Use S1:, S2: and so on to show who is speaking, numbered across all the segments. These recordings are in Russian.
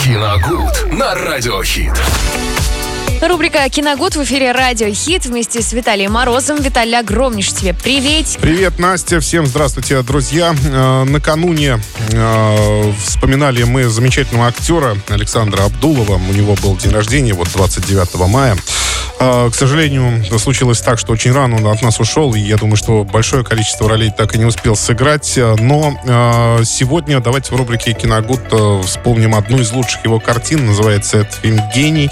S1: Киногуд на Радиохит.
S2: Рубрика «Киногуд» в эфире «Радио Хит» вместе с Виталием Морозом. Виталий, огромнейший тебе привет.
S3: Привет, Настя. Всем здравствуйте, друзья. Накануне вспоминали мы замечательного актера Александра Абдулова. У него был день рождения, 29 мая. К сожалению, случилось так, что очень рано он от нас ушел, и я думаю, что большое количество ролей так и не успел сыграть. Но сегодня давайте в рубрике «Киногуд» вспомним одну из лучших его картин. Называется этот фильм «Гений».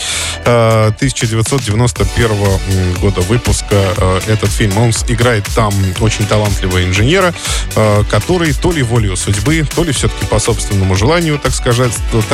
S3: 1991 года выпуска этот фильм. Он играет там очень талантливого инженера, который то ли волею судьбы, то ли все-таки по собственному желанию, так скажем,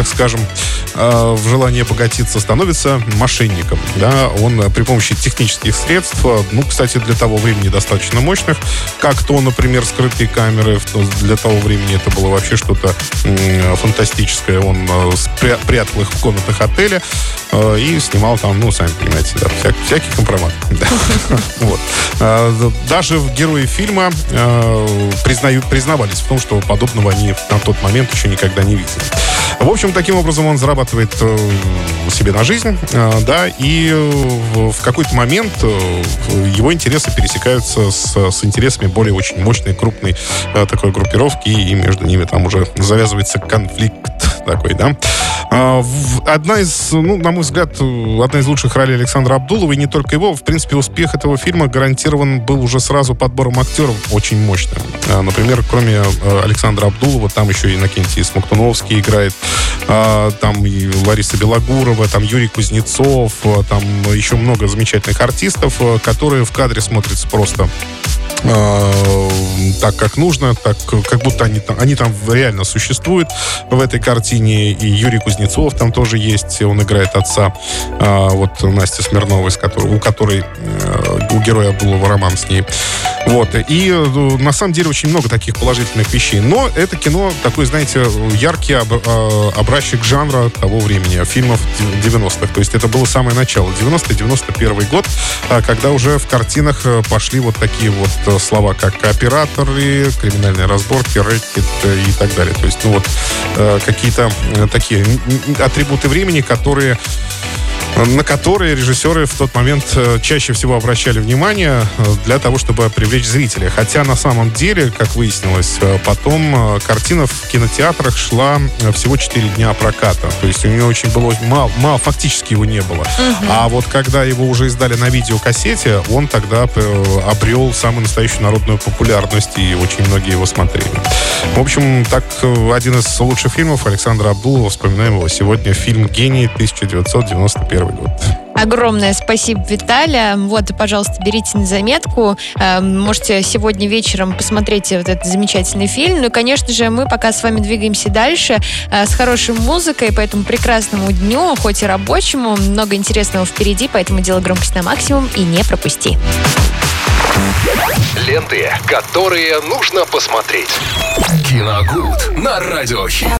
S3: в желании обогатиться, становится мошенником. Да? Он при помощи технических средств, кстати, для того времени достаточно мощных, как то, например, скрытые камеры, для того времени это было вообще что-то фантастическое. Он прятал их в комнатах отеля и снимал там, сами понимаете, да, всякий компромат. Да. Вот. Даже герои фильма признавались в том, что подобного они на тот момент еще никогда не видели. В общем, таким образом он зарабатывает себе на жизнь, да, и в какой-то момент его интересы пересекаются с интересами более очень мощной, крупной такой группировки, и между ними там уже завязывается конфликт такой, да. Одна из, на мой взгляд, одна из лучших ролей Александра Абдулова, и не только его. В принципе, успех этого фильма гарантирован был уже сразу подбором актеров очень мощным. Например, кроме Александра Абдулова, там еще и Иннокентий Смоктуновский играет, там и Лариса Белогурова, там Юрий Кузнецов, там еще много замечательных артистов, которые в кадре смотрятся просто так, как нужно, так, как будто они там реально существуют в этой картине. И Юрий Кузнецов там тоже есть, он играет отца Насти Смирновой, у героя Абдулова роман с ней. И на самом деле очень много таких положительных вещей. Но это кино такой, знаете, яркий образчик жанра того времени, фильмов 90-х. То есть это было самое начало, 90-91 год, когда уже в картинах пошли вот такие вот слова, как операторы, криминальные разборки, рэкет и так далее. То есть, какие-то такие атрибуты времени, на которые режиссеры в тот момент чаще всего обращали внимание для того, чтобы привлечь зрителя. Хотя на самом деле, как выяснилось, потом картина в кинотеатрах шла всего 4 дня проката. То есть у нее очень было мало, фактически его не было. А вот когда его уже издали на видеокассете, он тогда обрел самую настоящую народную популярность, и очень многие его смотрели. В общем, так, один из лучших фильмов Александра Абдулова, вспоминаем его сегодня, фильм «Гений», 1991 год.
S2: Огромное спасибо, Виталя. Пожалуйста, берите на заметку. Можете сегодня вечером посмотреть вот этот замечательный фильм. Ну и, конечно же, мы пока с вами двигаемся дальше с хорошей музыкой по этому прекрасному дню, хоть и рабочему. Много интересного впереди, поэтому делай громкость на максимум и не пропусти.
S1: Ленты, которые нужно посмотреть. Киногуд на Радиохит.